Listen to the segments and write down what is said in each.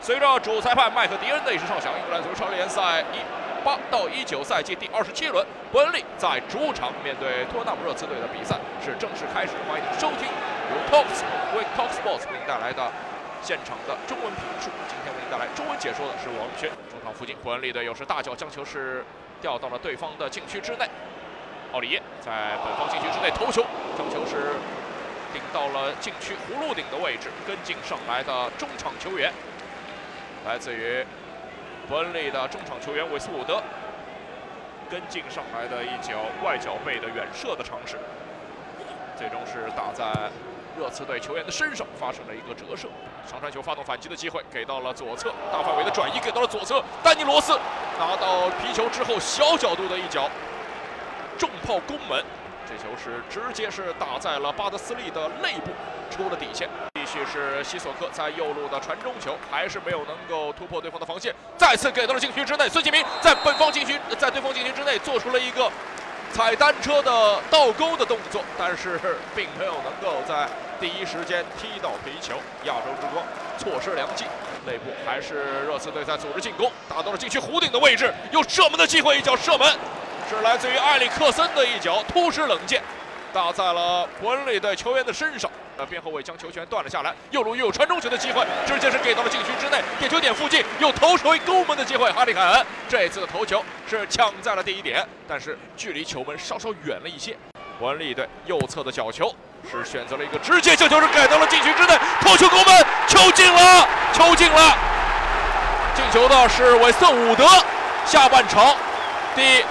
随着主裁判麦克迪恩的一声哨响，英格兰足球超级联赛18到19赛季第27轮，伯恩利在主场面对托纳姆热刺队的比赛是正式开始。欢迎您收听由 Talksports 为您带来的现场的中文评述。今天为您带来中文解说的是王宇轩。中场附近，伯恩利队又是大脚将球是调到了对方的禁区之内。奥里耶在本方禁区之内头球，将球是顶到了禁区葫芦顶的位置，跟进上来的中场球员。来自于伯恩利的中场球员韦斯伍德跟进上来的一脚外脚背的远射的尝试，最终是打在热刺队球员的身上，发生了一个折射。长传球发动反击的机会给到了左侧，大范围的转移给到了左侧，丹尼罗斯拿到皮球之后，小角度的一脚重炮攻门，这球是直接是打在了巴德斯利的肋部，出了底线。继续是西索克在右路的传中球，还是没有能够突破对方的防线，再次给到了禁区之内。孙兴民在对方禁区之内做出了一个踩单车的倒钩的动作，但是并没有能够在第一时间踢到皮球。亚洲之光错失良机，内部还是热刺队在组织进攻，打到了禁区弧顶的位置，有射门的机会，一脚射门是来自于埃里克森的一脚突施冷箭，打在了伯恩利队球员的身上。边后卫将球权断了下来，右路又有传中球的机会，直接是给到了禁区之内，点球点附近有头球攻门的机会。哈里凯恩这次的头球是抢在了第一点，但是距离球门稍稍远了一些。伯恩利队右侧的角球是选择了一个直接将球是给到了禁区之内，头球攻门，球进了，球进了！进球的是韦斯伍德。下半场第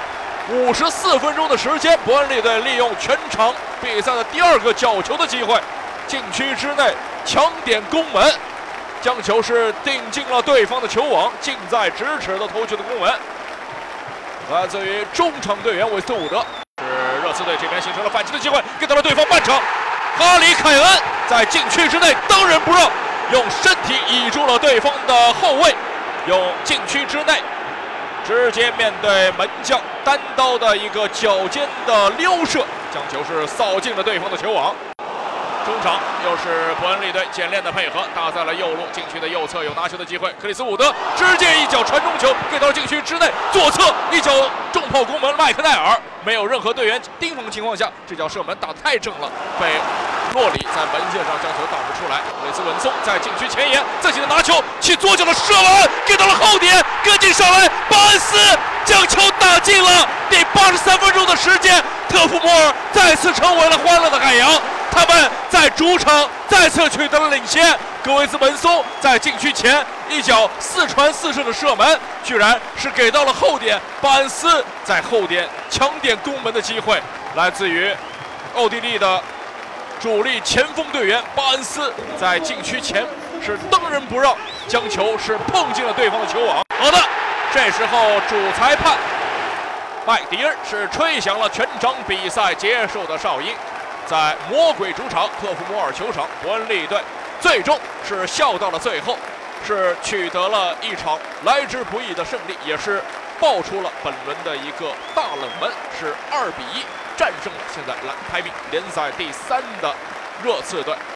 54分钟的时间，伯恩利队利用全场比赛的第二个角球的机会，禁区之内抢点攻门，将球是顶进了对方的球网，近在咫尺的头球的攻门，来自于中场队员韦斯伍德。是热刺队这边形成了反击的机会，给到了对方半场。哈里凯恩在禁区之内当仁不让，用身体倚住了对方的后卫，用禁区之内直接面对门将单刀的一个脚尖的撩射，将球是扫进了对方的球网。中场又是伯恩利队简练的配合，打在了右路禁区的右侧，有拿球的机会。克里斯伍德直接一脚传中球给到禁区之内，左侧一脚重炮攻门，麦克奈尔没有任何队员盯防情况下，这脚射门打得太正了，被洛里在门线上将球挡了出来。雷斯文松在禁区前沿自己的拿球起左脚的射门，给到了后点，跟进上来，巴恩斯将球打进了。第83分钟的时间，特弗莫尔再次成为了欢乐的海洋。他们在主场再次取得了领先。格维兹门松在禁区前一脚4传4射的射门，居然是给到了后点，巴恩斯在后点抢点攻门的机会，来自于奥地利的主力前锋队员巴恩斯在禁区前是当仁不让，将球是碰进了对方的球网。好的，这时候主裁判麦迪恩是吹响了全场比赛结束的哨音。在魔鬼主场特弗摩尔球场，伯恩利队最终是笑到了最后，是取得了一场来之不易的胜利，也是爆出了本轮的一个大冷门，是2-1战胜了现在排名联赛第3的热刺队。